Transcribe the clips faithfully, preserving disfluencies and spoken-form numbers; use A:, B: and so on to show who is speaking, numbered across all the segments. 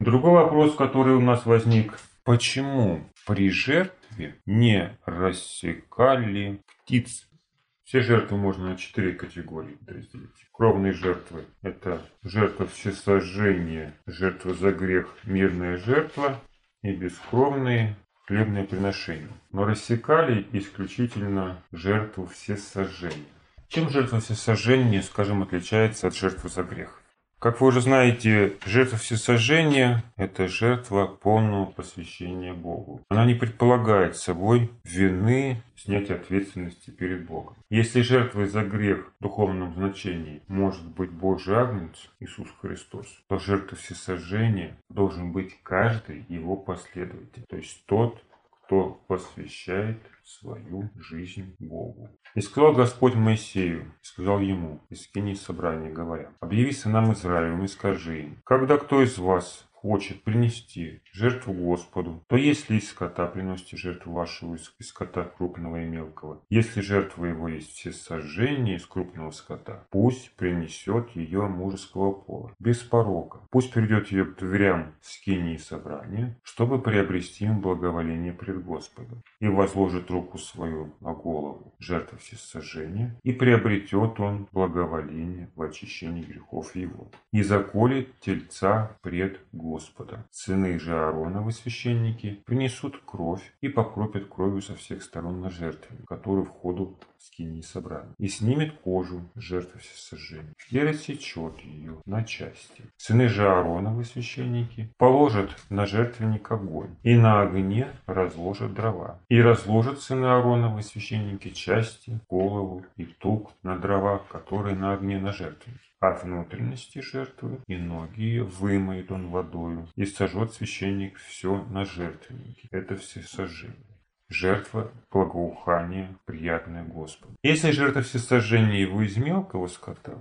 A: Другой вопрос, который у нас возник. Почему при жертве не рассекали птиц? Все жертвы можно на четыре категории разделить. Кровные жертвы – это жертва всесожжения, жертва за грех, мирная жертва и бескровные хлебные приношения. Но рассекали исключительно жертву всесожжения. Чем жертва всесожжения, скажем, отличается от жертвы за грех? Как вы уже знаете, жертва всесожжения – это жертва полного посвящения Богу. Она не предполагает собой вины, снятия ответственности перед Богом. Если жертвой за грех в духовном значении может быть Божий Агнец, Иисус Христос, то жертва всесожжения должен быть каждый его последователь, то есть тот, кто посвящает свою жизнь Богу. И сказал Господь Моисею, и сказал ему, из скинии собрания, говоря: «Объяви сынам Израилевым и скажи им, когда кто из вас хочет принести жертву Господу, то если из скота приносите жертву вашего из скота крупного и мелкого, если жертва его есть всесожжение из крупного скота, пусть принесет ее мужеского пола, без порока. Пусть придет ее к дверям скинии собрания, чтобы приобрести им благоволение пред Господом, и возложит руку свою на голову жертвы всесожжения, и приобретет он благоволение в очищении грехов его, и заколет тельца пред Господом. Господа. Сыны же Аароновы, священники, принесут кровь и покропят кровью со всех сторон на жертвенник, который входу в скинии собрания, и снимет кожу жертвы всесожжения и рассечет ее на части. Сыны же Аароновы, священники, положат на жертвенник огонь, и на огне разложат дрова. И разложат сыны Аароновы, священники, части, голову и тук на дрова, которые на огне на жертвеннике. От внутренности жертвы и ноги ее вымоет он водою, и сожжет священник все на жертвеннике. Это всесожжение. Жертва благоухания, приятная Господу. Если жертва всесожжения его из мелкого скота,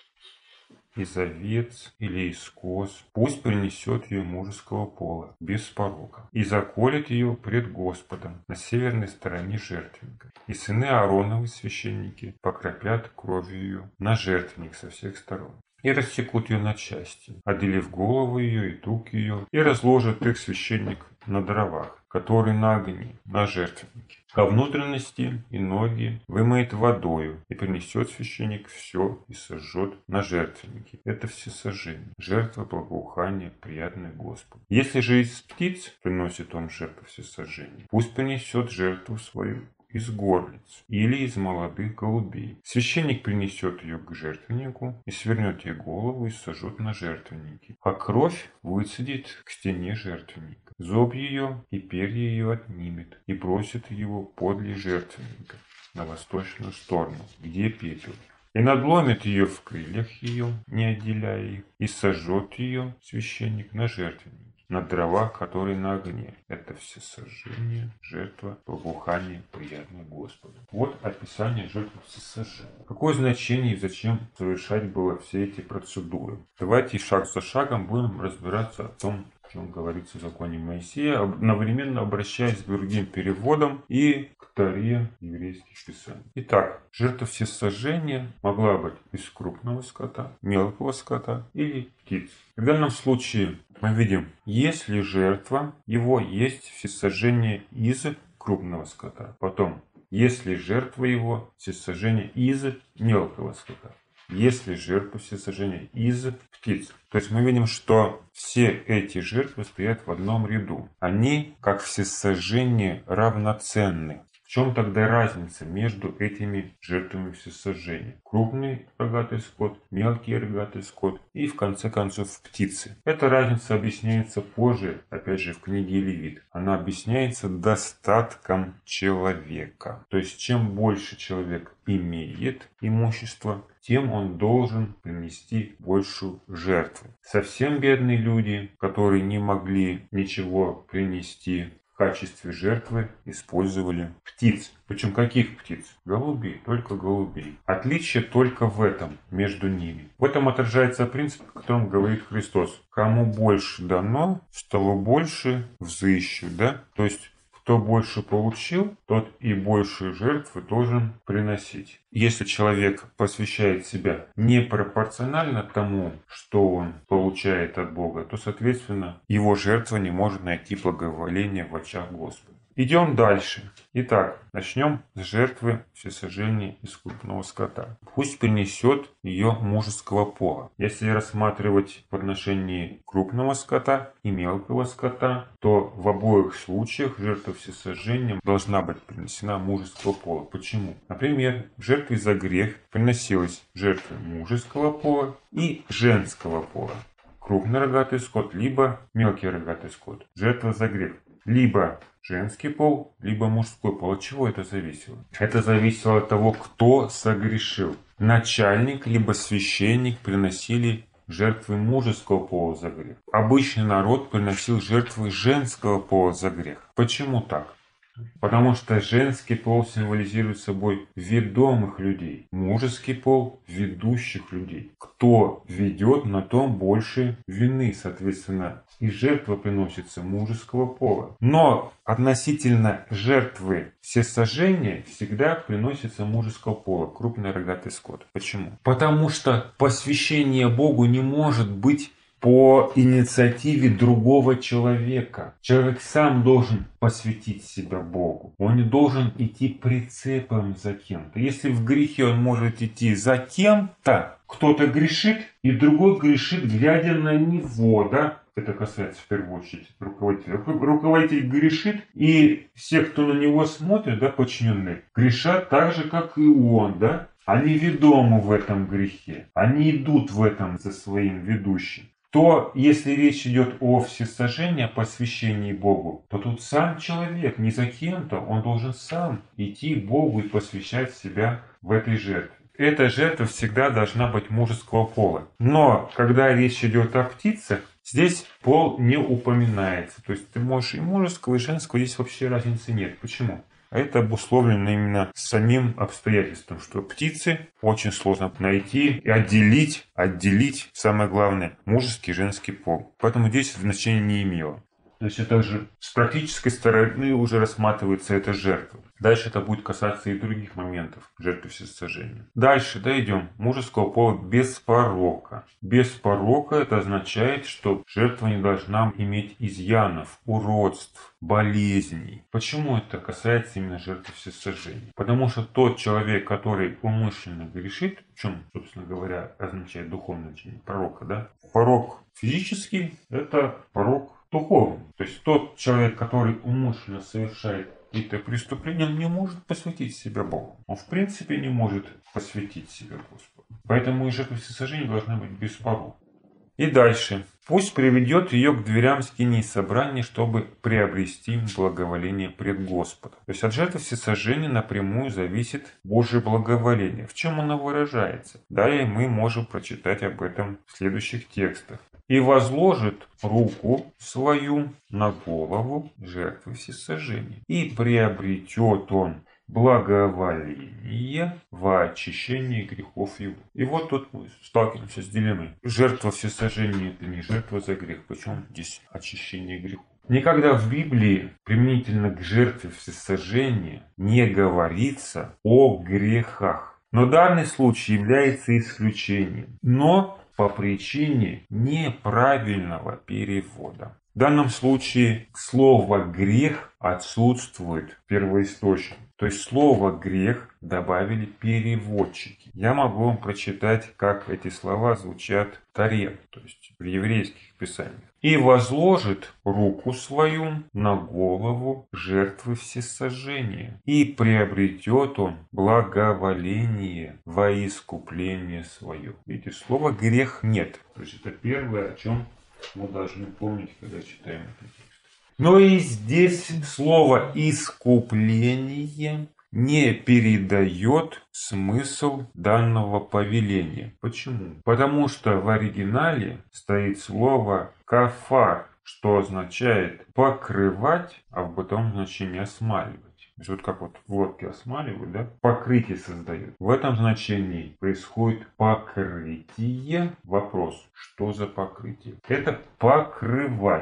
A: из овец или из коз, пусть принесет ее мужеского пола, без порока, и заколет ее пред Господом на северной стороне жертвенника. И сыны Аароновы, священники, покропят кровью ее на жертвенник со всех сторон, и рассекут ее на части, отделив голову ее и тук ее, и разложит их священник на дровах, которые на огне, на жертвеннике. А внутренности и ноги вымоет водою, и принесет священник все и сожжет на жертвеннике. Это всесожжение, жертва благоухания, приятная Господу. Если же из птиц приносит он жертву всесожжения, пусть принесет жертву свою из горлиц или из молодых голубей. Священник принесет ее к жертвеннику и свернет ей голову и сожжет на жертвеннике. А кровь выцедит к стене жертвенника. Зоб ее и перья ее отнимет и бросит его подле жертвенника на восточную сторону, где пепел. И надломит ее в крыльях ее, не отделяя их, и сожжет ее священник на жертвеннике, на дровах, которые на огне. Это всесожжение, жертва, благоухание, приятное Господу. Вот описание жертвы всесожжения. Какое значение и зачем совершать было все эти процедуры? Давайте шаг за шагом будем разбираться о том, о чем говорится в законе Моисея, одновременно обращаясь к другим переводам и к Торе еврейских писаний. Итак, жертва всесожжения могла быть из крупного скота, мелкого скота или птиц. В данном случае мы видим, если жертва, его есть всесожжение из крупного скота. Потом, если жертва его, всесожжение из мелкого скота. Если жертва всесожжения из птиц. То есть мы видим, что все эти жертвы стоят в одном ряду. Они, как всесожжение, равноценны. В чем тогда разница между этими жертвами всесожжения? Крупный рогатый скот, мелкий рогатый скот и, в конце концов, птицы. Эта разница объясняется позже, опять же, в книге Левит. Она объясняется достатком человека. То есть, чем больше человек имеет имущество, тем он должен принести большую жертву. Совсем бедные люди, которые не могли ничего принести, в качестве жертвы использовали птиц. Причем каких птиц? Голубей, только голубей. Отличие только в этом, между ними. В этом отражается принцип, о котором говорит Христос. Кому больше дано, с того больше взыщут. Да? То есть кто больше получил, тот и больше жертвы должен приносить. Если человек посвящает себя непропорционально тому, что он получает от Бога, то, соответственно, его жертва не может найти благоволения в очах Господа. Идем дальше. Итак, начнем с жертвы всесожжения из крупного скота. Пусть принесет ее мужеского пола. Если рассматривать в отношении крупного скота и мелкого скота, то в обоих случаях жертва всесожжения должна быть принесена мужеского пола. Почему? Например, в жертве за грех приносилась жертва мужеского пола и женского пола. Крупный рогатый скот, либо мелкий рогатый скот. Жертва за грех. Либо женский пол, либо мужской пол. От чего это зависело? Это зависело от того, кто согрешил. Начальник, либо священник приносили жертвы мужеского пола за грех. Обычный народ приносил жертвы женского пола за грех. Почему так? Потому что женский пол символизирует собой ведомых людей, мужеский пол – ведущих людей. Кто ведет, на том больше вины, соответственно, и жертва приносится мужеского пола. Но относительно жертвы всесожжения всегда приносится мужеского пола, крупный рогатый скот. Почему? Потому что посвящение Богу не может быть по инициативе другого человека. Человек сам должен посвятить себя Богу. Он не должен идти прицепом за кем-то. Если в грехе он может идти за кем-то, кто-то грешит, и другой грешит, глядя на него, да? Это касается в первую очередь руководителя. Руководитель грешит, и все, кто на него смотрит, да, подчиненные, грешат так же, как и он, да? Они ведомы в этом грехе. Они идут в этом за своим ведущим. То, если речь идет о всесожжении, о посвящении Богу, то тут сам человек, не за кем-то, он должен сам идти к Богу и посвящать себя в этой жертве. Эта жертва всегда должна быть мужеского пола. Но, когда речь идет о птицах, здесь пол не упоминается. То есть ты можешь и мужеского, и женского, здесь вообще разницы нет. Почему? А это обусловлено именно самим обстоятельством, что птицы очень сложно найти и отделить, отделить, самое главное, мужеский и женский пол. Поэтому здесь значения не имело. То есть это же с практической стороны уже рассматривается эта жертва. Дальше это будет касаться и других моментов жертвы всесожжения. Дальше дойдем. Мужеского пола без порока. Без порока это означает, что жертва не должна иметь изъянов, уродств, болезней. Почему это касается именно жертвы всесожжения? Потому что тот человек, который умышленно грешит, в чем, собственно говоря, означает духовное значение порока, да? Порок физический – это порок духовный. То есть тот человек, который умышленно совершает какие-то преступления, он не может посвятить себя Богу. Он в принципе не может посвятить себя Господу. Поэтому и жертва всесожжения должна быть без порока. И дальше. Пусть приведет ее к дверям скинии собрания, чтобы приобрести благоволение пред Господом. То есть от жертвы всесожжения напрямую зависит Божье благоволение. В чем оно выражается? Далее мы можем прочитать об этом в следующих текстах. «И возложит руку свою на голову жертвы всесожжения, и приобретет он благоволение во очищении грехов его». И вот тут мы сталкиваемся с дилеммой. Жертва всесожжения – это не жертва за грех. Почему здесь очищение грехов? Никогда в Библии применительно к жертве всесожжения не говорится о грехах. Но данный случай является исключением. Но по причине неправильного перевода. В данном случае слово «грех» отсутствует в первоисточнике. То есть слово «грех» добавили переводчики. Я могу вам прочитать, как эти слова звучат в Торе, то есть в еврейских писаниях. «И возложит руку свою на голову жертвы всесожжения, и приобретет он благоволение во искупление свое». Видите, слова «грех» нет. То есть это первое, о чем мы должны помнить, когда читаем этот текст. Но и здесь слово «искупление» не передает смысл данного повеления. Почему? Потому что в оригинале стоит слово «кафар», что означает покрывать, а в бытовом значении осмаливать. То есть вот как вот в лодке осмаливают, да? Покрытие создают. В этом значении происходит покрытие. Вопрос, что за покрытие? Это покрывать.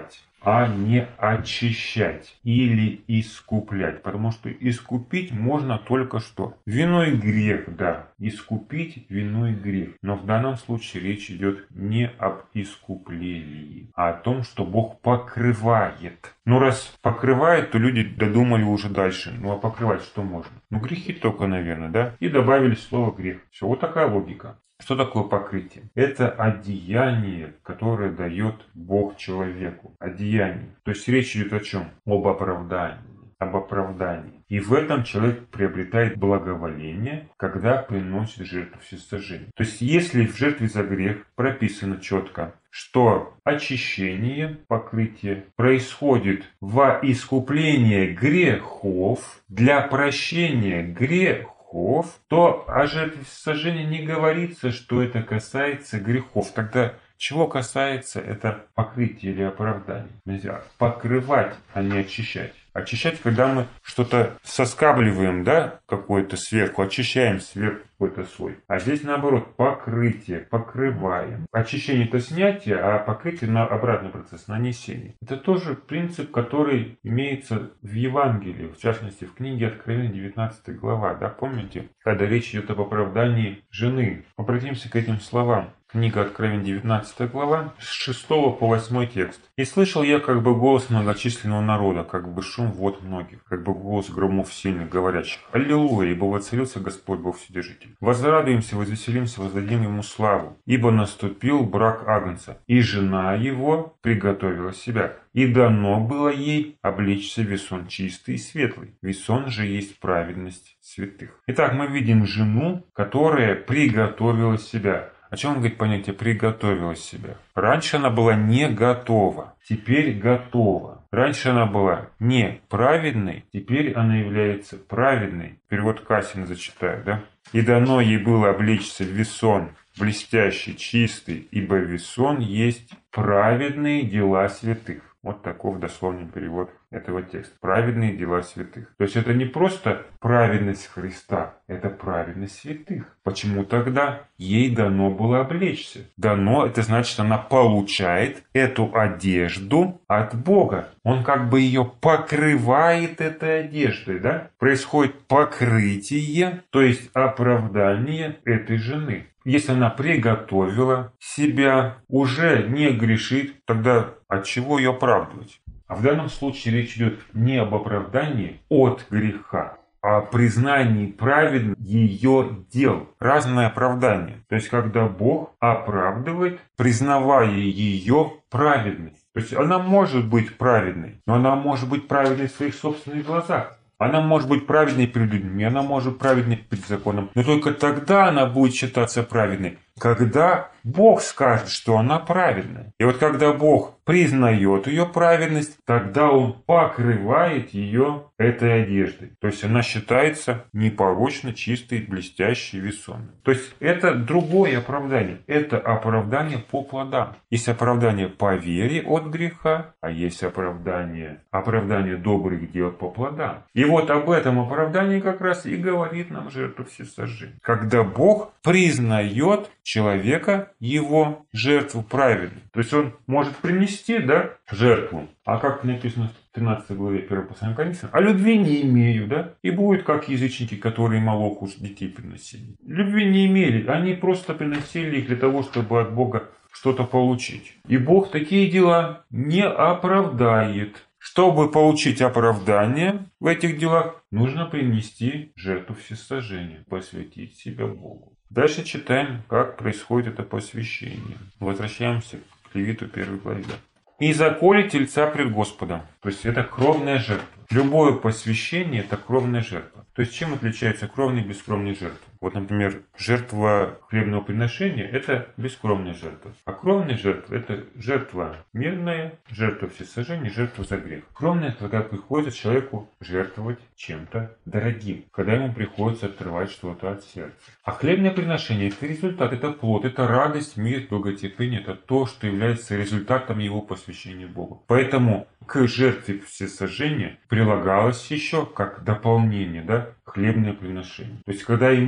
A: а не очищать или искуплять. Потому что искупить можно только что. Виной грех, да. Искупить виной грех. Но в данном случае речь идет не об искуплении, а о том, что Бог покрывает. Ну, раз покрывает, то люди додумали уже дальше. Ну, а покрывать что можно? Ну, грехи только, наверное, да? И добавили слово грех. Все, вот такая логика. Что такое покрытие? Это одеяние, которое дает Бог человеку. Одеяние. То есть речь идет о чем? Об оправдании. Об оправдании. И в этом человек приобретает благоволение, когда приносит жертву всесожжения. То есть если в жертве за грех прописано четко, что очищение, покрытие происходит во искупление грехов, для прощения грехов, то о жертве всесожжения не говорится, что это касается грехов. Тогда чего касается это покрытие или оправдание? Нельзя покрывать, а не очищать. Очищать, когда мы что-то соскабливаем, да, какое-то сверху, очищаем сверху какой-то слой. А здесь наоборот, покрытие, покрываем. Очищение это снятие, а покрытие на обратный процесс, нанесение. Это тоже принцип, который имеется в Евангелии, в частности в книге Откровения девятнадцатая глава, да, помните? Когда речь идет об оправдании жены. Обратимся к этим словам. Книга Откровения девятнадцатая глава, с шестого по восьмой текст. «И слышал я как бы голос многочисленного народа, как бы шум вод многих, как бы голос громов сильных, говорящих: Аллилуйя, ибо воцарился Господь Бог Вседержитель. Возрадуемся, возвеселимся, воздадим Ему славу, ибо наступил брак Агнца, и жена его приготовила себя, и дано было ей облечься в весон чистый и светлый. Весон же есть праведность святых». Итак, мы видим жену, которая приготовила себя. О чем говорит понятие «приготовила себя»? Раньше она была не готова, теперь готова. Раньше она была не праведной, теперь она является праведной. Перевод Кассина зачитаю, да? «И дано ей было облечься в весон блестящий, чистый, ибо весон есть праведные дела святых». Вот таков дословный перевод этого текста. Праведные дела святых. То есть это не просто праведность Христа, это праведность святых. Почему тогда ей дано было облечься? Дано, это значит, она получает эту одежду от Бога. Он как бы ее покрывает этой одеждой, да? Происходит покрытие, то есть оправдание этой жены. Если она приготовила себя, уже не грешит, тогда от чего ее оправдывать? А в данном случае речь идет не об оправдании от греха, а о признании праведным ее дел. Разное оправдание. То есть, когда Бог оправдывает, признавая ее праведность. То есть, она может быть праведной, но она может быть праведной в своих собственных глазах. Она может быть праведной перед людьми, она может быть праведной перед законом. Но только тогда она будет считаться праведной, когда Бог скажет, что она праведная. И вот когда Бог признает ее праведность, тогда Он покрывает ее этой одеждой. То есть она считается непорочно чистой, блестящей, весомой. То есть это другое оправдание. Это оправдание по плодам. Есть оправдание по вере от греха, а есть оправдание, оправдание добрых дел по плодам. И вот об этом оправдании как раз и говорит нам жертва всесожжения. Когда Бог признает человека, его жертву праведной. То есть он может принести, да, жертву. А как написано в тринадцатой главе первого послания Коринфянам: «А любви не имею», да? И будет как язычники, которые молоху детей приносили. Любви не имели, они просто приносили их для того, чтобы от Бога что-то получить. И Бог такие дела не оправдает. Чтобы получить оправдание в этих делах, нужно принести жертву всесожжения, посвятить себя Богу. Дальше читаем, как происходит это посвящение. Возвращаемся к Левиту первой главе. «И заколи тельца пред Господом». То есть это кровная жертва. Любое посвящение – это кровная жертва. То есть чем отличается кровная и бескровная жертва? Вот, например, жертва хлебного приношения – это бескровная жертва. А кровная жертва – это жертва мирная, жертва всесожжения, жертва за грех. Кровная – это когда приходится человеку жертвовать чем-то дорогим, когда ему приходится отрывать что-то от сердца. А хлебное приношение – это результат, это плод, это радость, мир, долготерпение, это то, что является результатом его посвящения Богу. Поэтому к жертве всесожжения прилагалось еще как дополнение, да, хлебное приношение. То есть, когда ему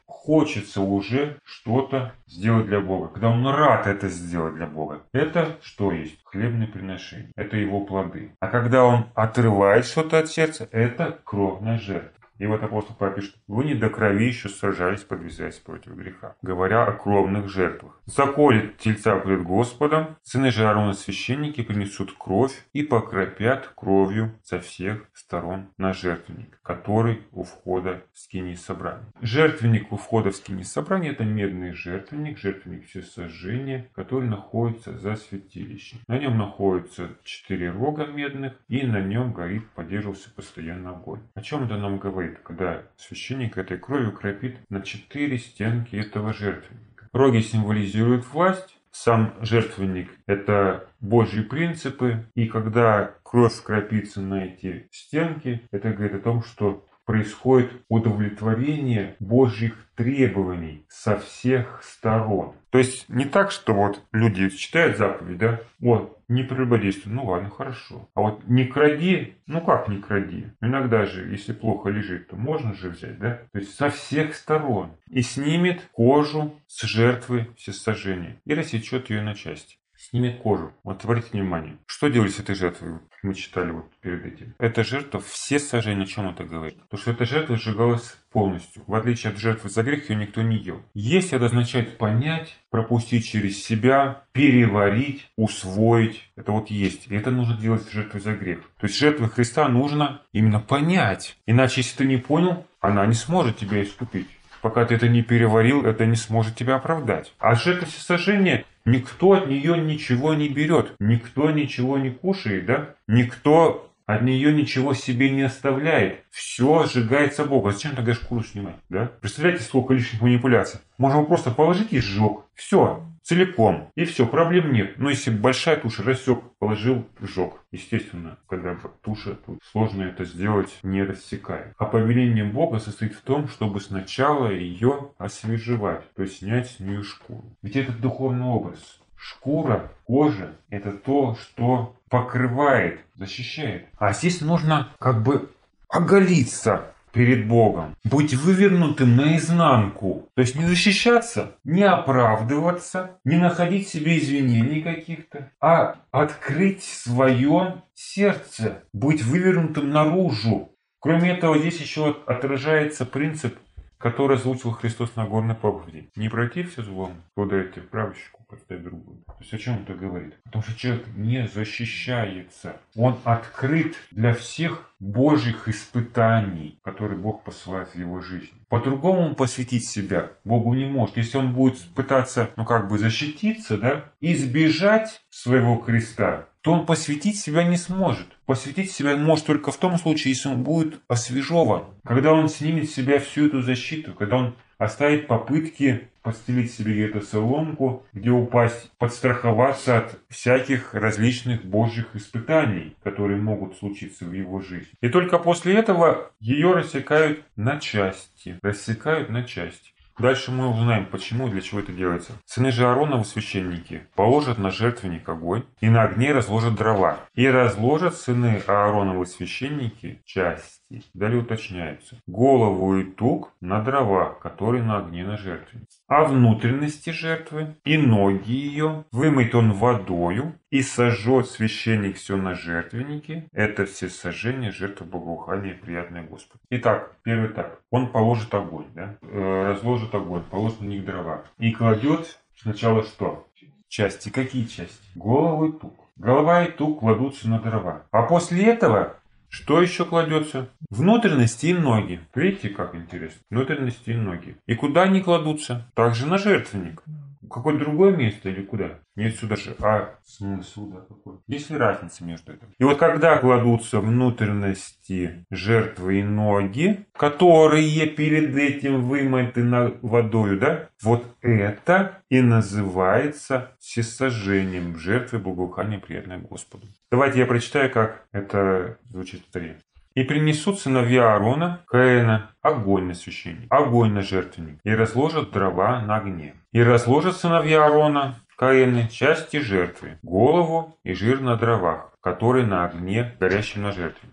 A: хочется уже что-то сделать для Бога, когда он рад это сделать для Бога. Это что есть? Хлебное приношение. Это его плоды. А когда он отрывает что-то от сердца, это кровная жертва. И вот апостол Павел пишет: вы не до крови еще сражались, подвязаясь против греха, говоря о кровных жертвах. Заколет тельца пред Господом, сыны же Аарона священники принесут кровь и покропят кровью со всех сторон на жертвенник, который у входа в скинии собрания. Жертвенник у входа в скинии собрания — это медный жертвенник, жертвенник всесожжения, который находится за святилищем. На нем находятся четыре рога медных, и на нем горит, поддерживался постоянно огонь. О чем это нам говорит? Когда священник этой кровью кропит на четыре стенки этого жертвенника. Роги символизируют власть, сам жертвенник — это Божьи принципы, и когда кровь кропится на эти стенки, это говорит о том, что происходит удовлетворение Божьих требований со всех сторон. То есть не так, что вот люди читают заповедь, да, вот, не прелюбодействуй, ну ладно, хорошо. А вот не кради, ну как не кради? Иногда же, если плохо лежит, то можно же взять, да? То есть со всех сторон. И снимет кожу с жертвы всесожжения и рассечет ее на части. Снимет кожу. Вот обратите внимание, что делали с этой жертвой? Мы читали вот перед этим. Эта жертва все сожжения, о чем это говорит? Потому что эта жертва сжигалась полностью. В отличие от жертвы за грех, ее никто не ел. Есть это означает понять, пропустить через себя, переварить, усвоить. Это вот есть. И это нужно делать с жертвой за грех. То есть жертвы Христа нужно именно понять. Иначе, если ты не понял, она не сможет тебя искупить. Пока ты это не переварил, это не сможет тебя оправдать. А жертва всесожжения, никто от нее ничего не берет. Никто ничего не кушает, да? Никто от нее ничего себе не оставляет. Все сжигается Богу. Зачем тогда шкуру снимать, да? Представляете, сколько лишних манипуляций? Можно просто положить и сжег. Все. Целиком. И все, проблем нет. Но если большая туша, рассек, положил, сжег. Естественно, когда туша, тут сложно это сделать, не рассекая. А повеление Бога состоит в том, чтобы сначала ее освежевать, то есть снять с нее шкуру. Ведь это духовный образ. Шкура, кожа — это то, что покрывает, защищает. А здесь нужно как бы оголиться перед Богом, быть вывернутым наизнанку. То есть не защищаться, не оправдываться, не находить себе извинений каких-то, а открыть свое сердце, быть вывернутым наружу. Кроме этого, здесь еще отражается принцип, который озвучил Христос на горной проповеди. Не протився злому, подайте правщику, подставь другую. То есть о чем это говорит? Потому что человек не защищается. Он открыт для всех Божьих испытаний, которые Бог посылает в его жизнь. По-другому посвятить себя Богу не может. Если он будет пытаться, ну как бы защититься, да, избежать своего креста, то он посвятить себя не сможет. Посвятить себя может только в том случае, если он будет освежован. Когда он снимет с себя всю эту защиту, когда он оставит попытки подстелить себе где-то соломку, где упасть, подстраховаться от всяких различных Божьих испытаний, которые могут случиться в его жизни. И только после этого ее рассекают на части. Рассекают на части. Дальше мы узнаем, почему и для чего это делается. Сыны же Аароновы священники положат на жертвенник огонь и на огне разложат дрова. И разложат сыны Аароновы священники части. Далее уточняется. Голову и тук на дрова, которые на огне на жертвеннике. А внутренности жертвы и ноги ее вымыть он водою и сожжет священник все на жертвеннике. Это все сожжения, жертвы благоухания, приятное Господу. Итак, первый этап. Он положит огонь, да? Э, разложит огонь, положит на них дрова. И кладет сначала что? Части. Какие части? Голову и тук. Голова и тук кладутся на дрова. А после этого что еще кладется? Внутренности и ноги. Видите, как интересно? Внутренности и ноги. И куда они кладутся? Также на жертвенник. Какое-то другое место или куда? Нет, сюда же. А сюда какой? Есть ли разница между этим? И вот когда кладутся внутренности жертвы и ноги, которые перед этим вымыты на водою, да? Вот это и называется всесожжением жертвы благоухания, приятное Господу. Давайте я прочитаю, как это звучит в Торе. И принесут сыновья Аарона, Каина, огонь на священник, огонь на жертвенник, и разложат дрова на огне. И разложат сыновья Аарона, Каины, части жертвы, голову и жир на дровах, которые на огне, горящем на жертвеннике.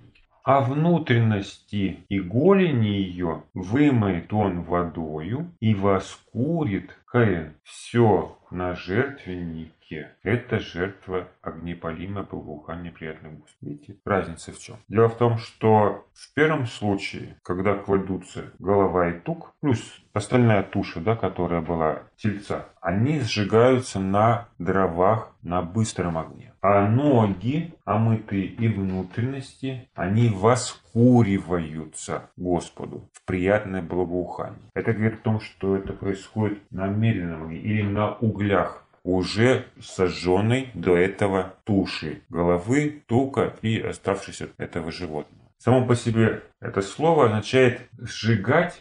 A: а внутренности и голени ее вымоет он водою и воскурит Каин все на жертвеннике. Это жертва огнепалимая, благоухание приятное Господу. Видите, разница в чем? Дело в том, что в первом случае, когда кладутся голова и тук, плюс остальная туша, да, которая была тельца, они сжигаются на дровах на быстром огне. А ноги, омытые и внутренности, они воскуриваются Господу в приятное благоухание. Это говорит о том, что это происходит на медленном огне или на углях уже сожженной до этого туши головы, тука и оставшейся от этого животного. Само по себе это слово означает сжигать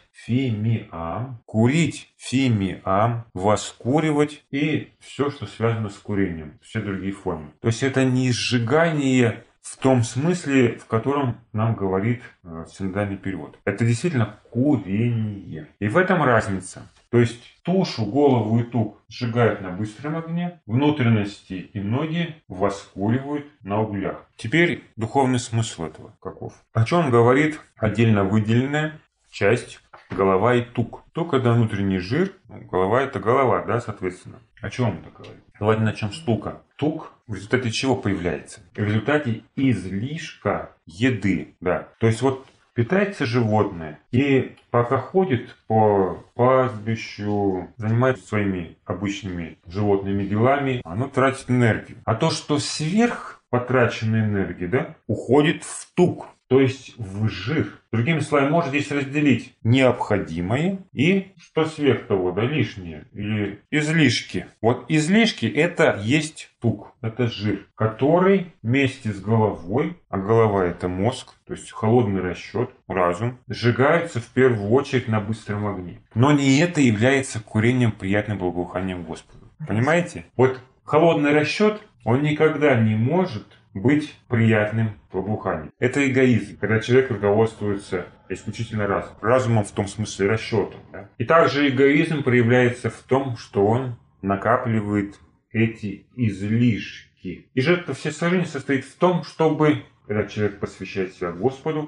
A: фимиам, курить фимиам, воскуривать и все, что связано с курением, все другие формы. То есть это не сжигание в том смысле, в котором нам говорит э, синодальный перевод. Это действительно курение. И в этом разница. То есть тушу, голову и тук сжигают на быстром огне, внутренности и ноги воскуривают на углях. Теперь духовный смысл этого каков? О чем говорит отдельно выделенная часть голова и тук? Тук это внутренний жир, голова это голова, да, соответственно. О чем это говорит? Давайте начнем с тука. Тук в результате чего появляется? В результате излишка еды, да. То есть вот питается животное и пока ходит по пастбищу, занимается своими обычными животными делами, оно тратит энергию. А то, что сверх потраченной энергии, да, уходит в тук, то есть в жир. Другими словами, можно здесь разделить необходимое и что сверх того, да, лишнее или излишки. Вот излишки это есть тук, это жир, который вместе с головой, а голова это мозг, то есть холодный расчет, разум, сжигаются в первую очередь на быстром огне. Но не это является курением, приятным благоуханием Господу. Понимаете? Вот холодный расчет, он никогда не может быть приятным благоуханием. Это эгоизм, когда человек руководствуется исключительно разумом. Разумом в том смысле расчетом. Да? И также эгоизм проявляется в том, что он накапливает эти излишки. И жертва всесожжения состоит в том, чтобы, когда человек посвящает себя Господу,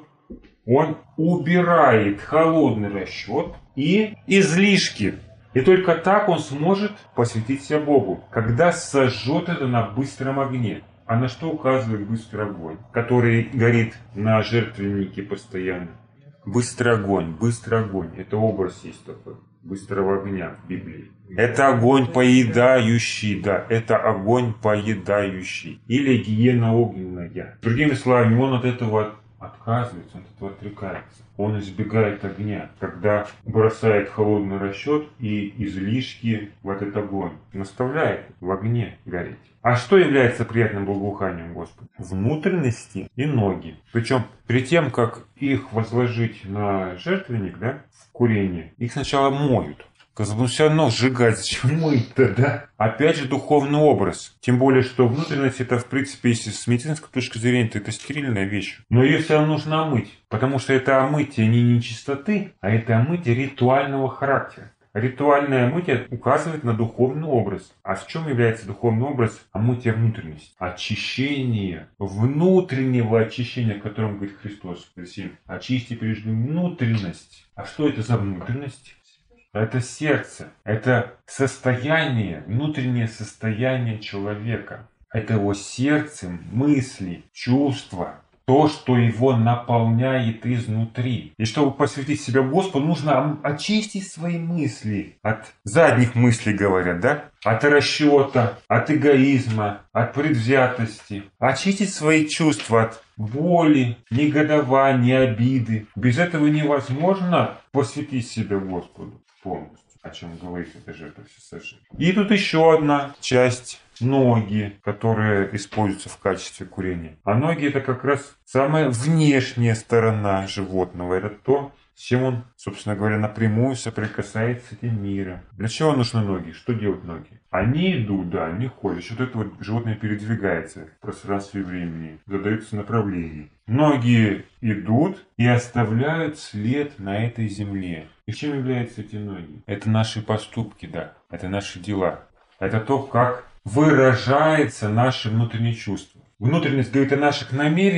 A: он убирает холодный расчет и излишки. И только так он сможет посвятить себя Богу, когда сожжет это на быстром огне. А на что указывает быстрый огонь, который горит на жертвеннике постоянно? Быстрый огонь, быстрый огонь. Это образ есть такой. Быстрого огня в Библии. Это огонь поедающий, да, это огонь поедающий. Или гиена огненная. Другими словами, он от этого отказывается, он от этого отрекается. Он избегает огня, когда бросает холодный расчет и излишки в этот огонь. Наставляет в огне гореть. А что является приятным благоуханием Господа? Внутренности и ноги. Причем перед тем, как их возложить на жертвенник, да, в курение, их сначала моют. Ну все равно сжигать, зачем мыть-то, да? Опять же духовный образ. Тем более, что внутренность это, в принципе, если с медицинской точки зрения, то это стерильная вещь. Но ее все равно нужно омыть. Потому что это омытие не нечистоты, а это омытие ритуального характера. Ритуальное омытие указывает на духовный образ. А в чем является духовный образ? Омытие внутренности. Очищение. Внутреннего очищения, о котором говорит Христос. Очисти прежде внутренность. А что это за внутренность? Это сердце, это состояние, внутреннее состояние человека. Это его сердце, мысли, чувства, то, что его наполняет изнутри. И чтобы посвятить себя Господу, нужно очистить свои мысли от задних мыслей, говорят, да? От расчета, от эгоизма, от предвзятости. Очистить свои чувства от боли, негодования, обиды. Без этого невозможно посвятить себя Господу полностью, о чем говорит эта жертва всесожжения. И тут еще одна часть. Ноги, которые используются в качестве курения. А ноги это как раз самая внешняя сторона животного. Это то, с чем он, собственно говоря, напрямую соприкасается с этим миром. Для чего нужны ноги? Что делают ноги? Они идут, да, они ходят. Вот это вот животное передвигается в пространстве и времени, задаются направления. Ноги идут и оставляют след на этой земле. И чем являются эти ноги? Это наши поступки, да, это наши дела. Это то, как выражается наше внутреннее чувство. Внутренность говорит о наших намерениях,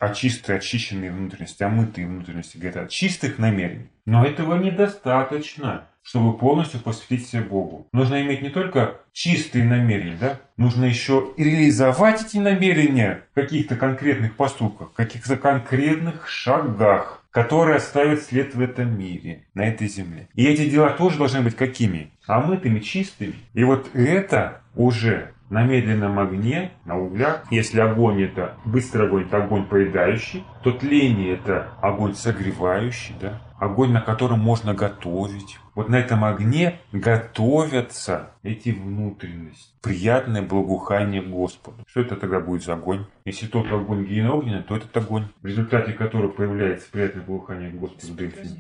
A: о чистой, очищенной внутренности, омытой внутренности, говорит, о чистых намерениях. Но этого недостаточно, чтобы полностью посвятить себя Богу. Нужно иметь не только чистые намерения, да? Нужно еще и реализовать эти намерения в каких-то конкретных поступках, в каких-то конкретных шагах, которые оставят след в этом мире, на этой земле. И эти дела тоже должны быть какими? Омытыми, чистыми. И вот это уже на медленном огне, на углях. Если огонь это быстрый огонь, это огонь поедающий, то тление это огонь согревающий, да? Огонь, на котором можно готовить. Вот на этом огне готовятся эти внутренности. Приятное благоухание Господу. Что это тогда будет за огонь? Если тот огонь гиены-огненный, то этот огонь, в результате которого появляется приятное благоухание Господу.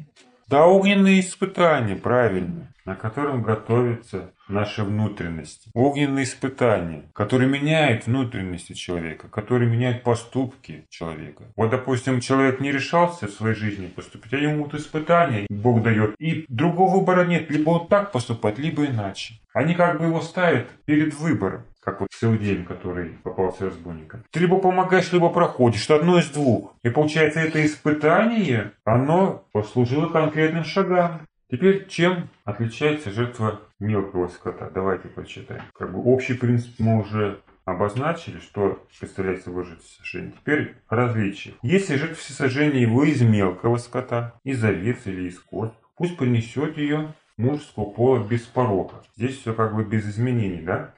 A: Да, огненные испытания, правильно, на котором готовятся наши внутренности. Огненные испытания, которые меняют внутренности человека, которые меняют поступки человека. Вот, допустим, человек не решался в своей жизни поступить, а ему вот испытания Бог дает. И другого выбора нет. Либо он так поступает, либо иначе. Они как бы его ставят перед выбором. Как вот с Иудеем, который попался разбойником. Ты либо помогаешь, либо проходишь. Одно из двух. И получается, это испытание, оно послужило конкретным шагам. Теперь чем отличается жертва мелкого скота? Давайте прочитаем. Как бы общий принцип мы уже обозначили, что представляет собой жертвосожжение. Теперь различия. Если жертвосожжение его из мелкого скота, из овец или из коз, пусть принесет ее мужского пола без порока. Здесь все как бы без изменений, да?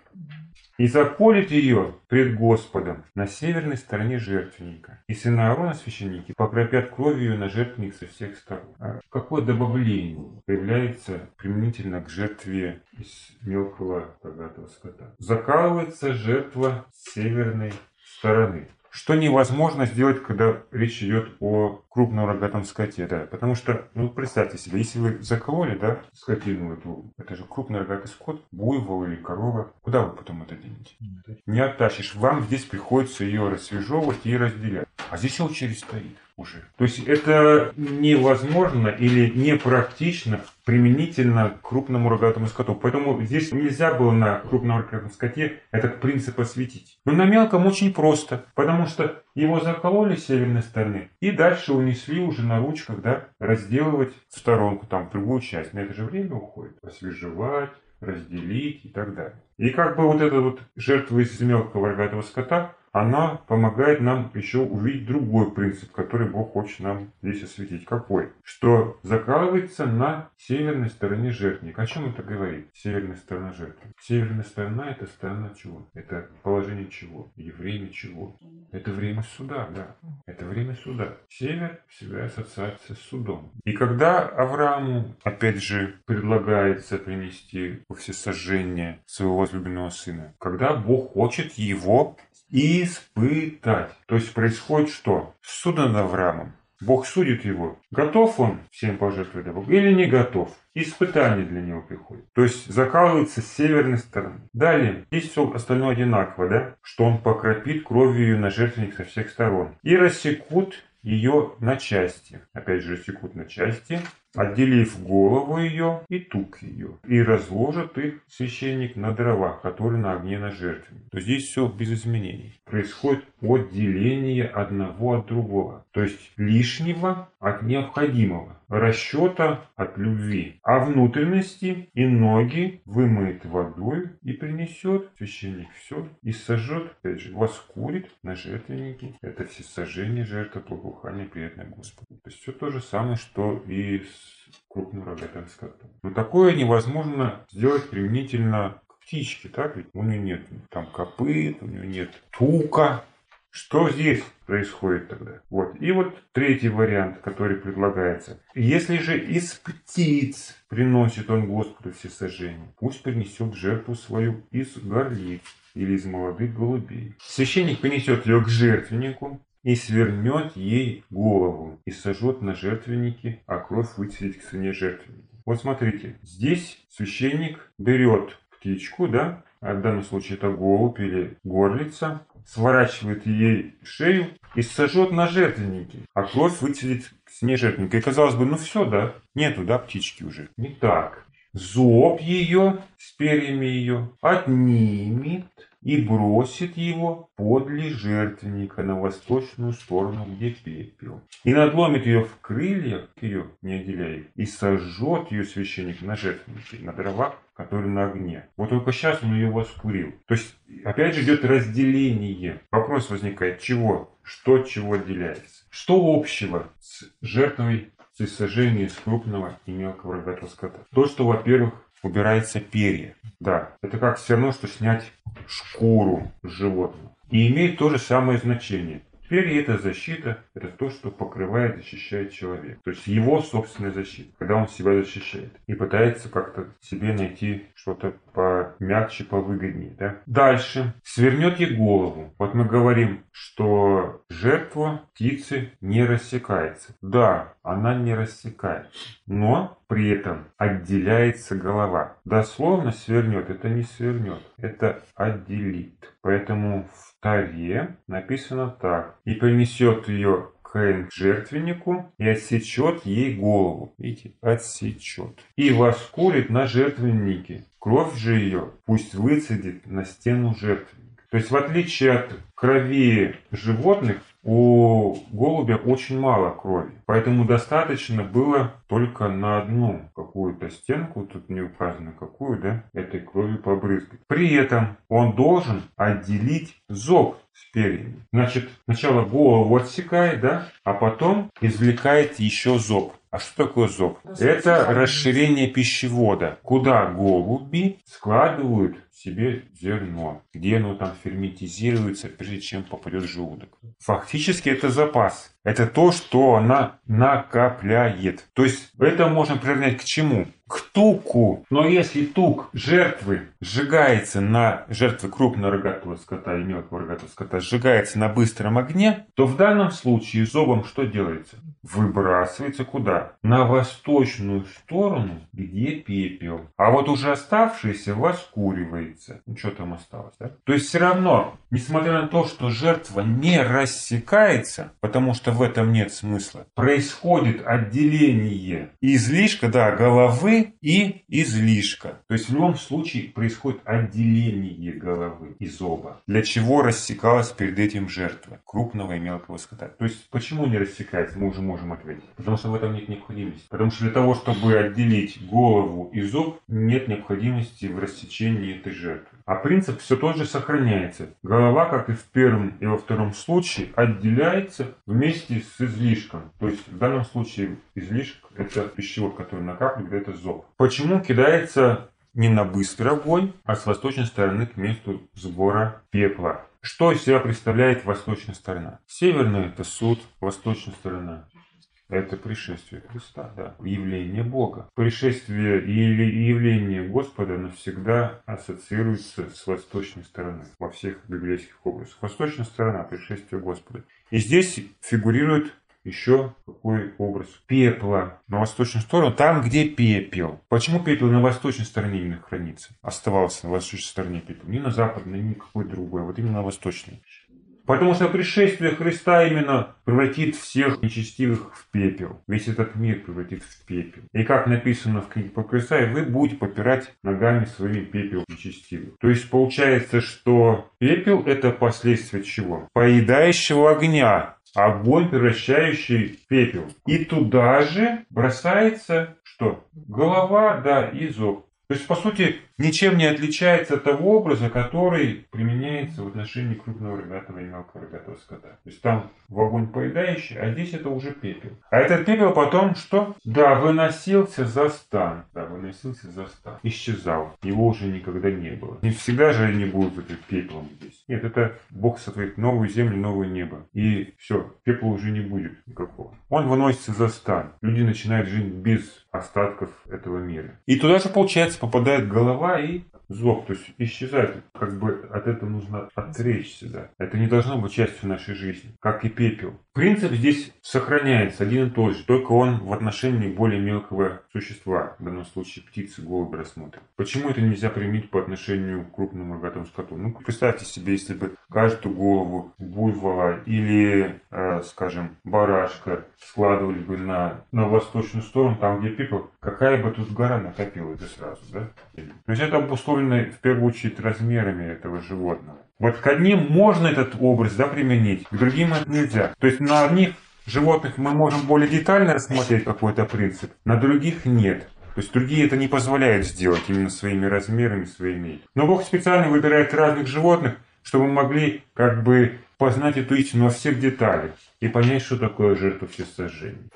A: И заколет ее пред Господом на северной стороне жертвенника. И сыны Аарона, священники, покропят кровью ее на жертвенник со всех сторон. А какое добавление появляется применительно к жертве из мелкого рогатого скота? Закалывается жертва с северной стороны. Что невозможно сделать, когда речь идет о крупном рогатом скоте, да, потому что, ну, представьте себе, если вы закололи, да, скотину эту, это же крупный рогатый скот, буйвол или корова, куда вы потом это денете? Не оттащишь, вам здесь приходится ее рассвежевывать и разделять, а здесь очередь стоит уже. То есть это невозможно или непрактично применительно к крупному рогатому скоту. Поэтому здесь нельзя было на крупном рогатом скоте этот принцип осветить. Но на мелком очень просто, потому что его закололи с северной стороны и дальше унесли уже на ручках, да, разделывать в сторонку, там, в другую часть. На это же время уходит. Освежевать, разделить и так далее. И как бы вот эта вот жертва из мелкого рогатого скота, она помогает нам еще увидеть другой принцип, который Бог хочет нам здесь осветить. Какой? Что закалывается на северной стороне жертвенника. О чем это говорит? Северная сторона жертвы. Северная сторона — это сторона чего? Это положение чего? И время чего? Это время суда, да. Это время суда. Север всегда ассоциация с судом. И когда Аврааму, опять же, предлагается принести во всесожжение своего возлюбленного сына, когда Бог хочет его испытать. То есть происходит что? Суд над Авраамом. Бог судит его. Готов он всем пожертвовать для Бога или не готов? Испытание для него приходит. То есть закалывается с северной стороны. Далее, здесь все остальное одинаково, да? Что он покропит кровью ее на жертвенник со всех сторон. И рассекут ее на части. Опять же, рассекут на части, отделив голову ее и тук ее. И разложит их священник на дровах, которые на огне на жертвенник. То здесь все без изменений. Происходит отделение одного от другого. То есть лишнего от необходимого. Расчета от любви. А внутренности и ноги вымоет водой и принесет священник все и сожжет, опять же, воскурит на жертвеннике. Это всесожжение, жертва, благоухание, приятное Господу. То есть все то же самое, что и с крупным рогатым скотом. Но такое невозможно сделать применительно к птичке, так ведь? У нее нет там копыт, у нее нет тука. Что здесь происходит тогда? Вот. И вот третий вариант, который предлагается. Если же из птиц приносит он Господу всесожжение, пусть принесет жертву свою из горлиц или из молодых голубей. Священник принесет ее к жертвеннику и свернет ей голову и сожжет на жертвеннике, а кровь выцедит к стене жертвенника. Вот смотрите, здесь священник берет птичку, да, а в данном случае это голубь или горлица, сворачивает ей шею и сожжет на жертвеннике, а кровь выцедит к стене жертвенника. И казалось бы, ну все, да, нету, да, птички уже. Не так. Зоб ее с перьями ее отнимет и бросит его подле жертвенника на восточную сторону, где пепел. И надломит ее в крыльях, ее, не отделяя их, и сожжет ее священник на жертвеннике, на дровах, которые на огне. Вот только сейчас он ее воскурил. То есть, опять же, идет разделение. Вопрос возникает, чего? Что от чего отделяется? Что общего с жертвой всесожжения из крупного и мелкого рогатого скота? То, что, во-первых, убирается перья. Да, это как все равно, что снять шкуру с животного. И имеет то же самое значение. Перья — это защита, это то, что покрывает, защищает человека. То есть его собственная защита, когда он себя защищает. И пытается как-то себе найти что-то помягче, повыгоднее. Да? Дальше. Свернет ей голову. Вот мы говорим, что жертва птицы не рассекается. Да, она не рассекается. Но при этом отделяется голова. Дословно свернет, это не свернет, это отделит. Поэтому в Торе написано так. И принесет ее Каин к жертвеннику и отсечет ей голову. Видите, отсечет. И воскурит на жертвеннике. Кровь же ее пусть выцедит на стену жертвенника. То есть в отличие от крови животных, у голубя очень мало крови. Поэтому достаточно было только на одну какую-то стенку, тут не указано какую, да, этой кровью побрызгать. При этом он должен отделить зоб с перьями. Значит, сначала голову отсекает, да, а потом извлекает еще зоб. А что такое зоб? Это расширение пищевода, куда голуби складывают себе зерно, где оно там ферментизируется, прежде чем попадет в желудок. Фактически это запас. Это то, что она накопляет. То есть это можно приравнять к чему? К туку. Но если тук жертвы сжигается на жертвы крупного рогатого скота и мелкого рогатого скота, сжигается на быстром огне, то в данном случае зобом что делается? Выбрасывается куда? На восточную сторону, где пепел. А вот уже оставшееся воскуривается. Ну что там осталось, да? То есть все равно, несмотря на то, что жертва не рассекается, потому что в этом нет смысла, происходит отделение излишка, да, головы и излишка. То есть в любом случае происходит отделение головы и зоба. Для чего рассекалась перед этим жертва крупного и мелкого скота? То есть почему не рассекается, мы уже можем ответить. Потому что в этом нет необходимости. Потому что для того, чтобы отделить голову и зоб, нет необходимости в рассечении этой жертвы. А принцип все тот же сохраняется. Голова, как и в первом и во втором случае, отделяется вместе с излишком. То есть в данном случае излишек — это пищевод, который накапливает, это зоб. Почему кидается не на быстрый огонь, а с восточной стороны к месту сбора пепла? Что из себя представляет восточная сторона? Северная — это суд, восточная сторона — это пришествие Христа, да, явление Бога. Пришествие и явление Господа навсегда ассоциируется с восточной стороной во всех библейских образах. Восточная сторона — пришествие Господа. И здесь фигурирует еще какой образ? Пепла на восточную сторону, там, где пепел. Почему пепел на восточной стороне именно хранится? Оставался на восточной стороне пепел. Не на западной, ни никакой другой, а вот именно на восточной. Потому что пришествие Христа именно превратит всех нечестивых в пепел. Весь этот мир превратит в пепел. И как написано в книге Покрысай, вы будете попирать ногами своими пепел нечестивых. То есть получается, что пепел — это последствие чего? Поедающего огня. Огонь, превращающий в пепел. И туда же бросается что? Голова, да, и зоб. То есть, по сути, ничем не отличается от того образа, который применяется в отношении крупного рогатого и мелкого рогатого скота. То есть там в огонь поедающий, а здесь это уже пепел. А этот пепел потом что? Да, выносился за стан. Да, выносился за стан. Исчезал. Его уже никогда не было. Не всегда же они будут этим пеплом здесь. Нет, это Бог сотворит новую землю, новое небо. И все, пепла уже не будет никакого. Он выносится за стан. Люди начинают жить без остатков этого мира. И туда же, получается, попадает голова и зоб, то есть исчезает. Как бы от этого нужно отречься, да. Это не должно быть частью нашей жизни, как и пепел. Принцип здесь сохраняется один и тот же, только он в отношении более мелкого существа, в данном случае птицы, голуби рассмотрим. Почему это нельзя применить по отношению к крупному рогатому скоту? Ну, представьте себе, если бы каждую голову буйвола или, э, скажем, барашка складывали бы на, на восточную сторону, там где пепел, какая бы тут гора накопилась сразу, да? То есть это обусловлено особенно в первую очередь размерами этого животного. Вот к одним можно этот образ, да, применить, к другим это нельзя. То есть на одних животных мы можем более детально рассмотреть какой-то принцип, на других нет. То есть другие это не позволяют сделать именно своими размерами, своими. Но Бог специально выбирает разных животных, чтобы мы могли как бы познать эту истину во всех деталях и понять, что такое жертва всесожжения.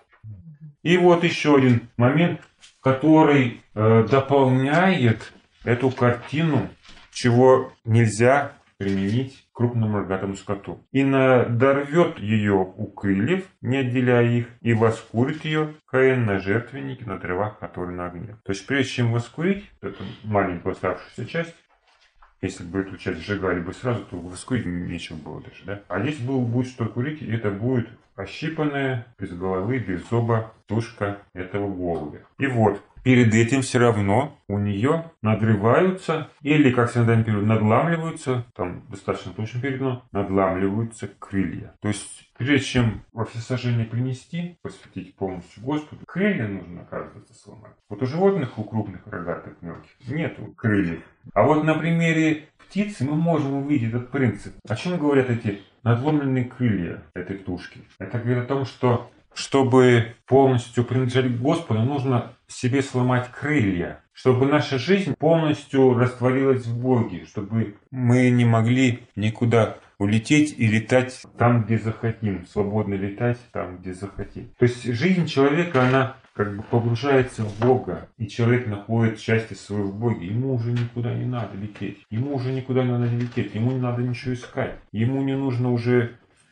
A: И вот еще один момент, который э, дополняет эту картину, чего нельзя применить к крупному рогатому скоту. И надорвет ее у крыльев, не отделяя их, и воскурит ее Каин на жертвеннике, на дровах, которые на огне. То есть прежде чем воскурить эту маленькую оставшуюся часть, если бы эту часть сжигали бы сразу, то воскурить нечего было даже, да? А здесь было, будет что курить, и это будет ощипанная, без головы, без зуба тушка этого голубя. И вот, перед этим все равно у нее надрываются, или, как всегда перевод, надламливаются, там достаточно точно передано, надламливаются крылья. То есть, прежде чем во всесожжение принести, посвятить полностью Господу, крылья нужно, оказывается, сломать. Вот у животных, у крупных, рогатых, мелких, нету крыльев. А вот на примере птицы мы можем увидеть этот принцип. О чем говорят эти надломленные крылья этой тушки? Это говорит о том, что чтобы полностью принадлежать Господу, нужно себе сломать крылья, чтобы наша жизнь полностью растворилась в Боге, чтобы мы не могли никуда улететь и летать там, где захотим, свободно летать там, где захотим. То есть жизнь человека, она как бы погружается в Бога, и человек находит счастье свое в Боге. Ему уже никуда не надо лететь, ему уже никуда не надо лететь, ему не надо ничего искать, ему не нужно уже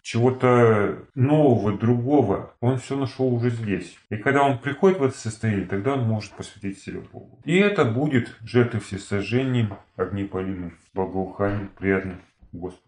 A: чего-то нового, другого. Он все нашел уже здесь. И когда он приходит в это состояние, тогда он может посвятить себя Богу. И это будет жертвой всесожжением, огнепалимым, благоуханием, приятным Господу.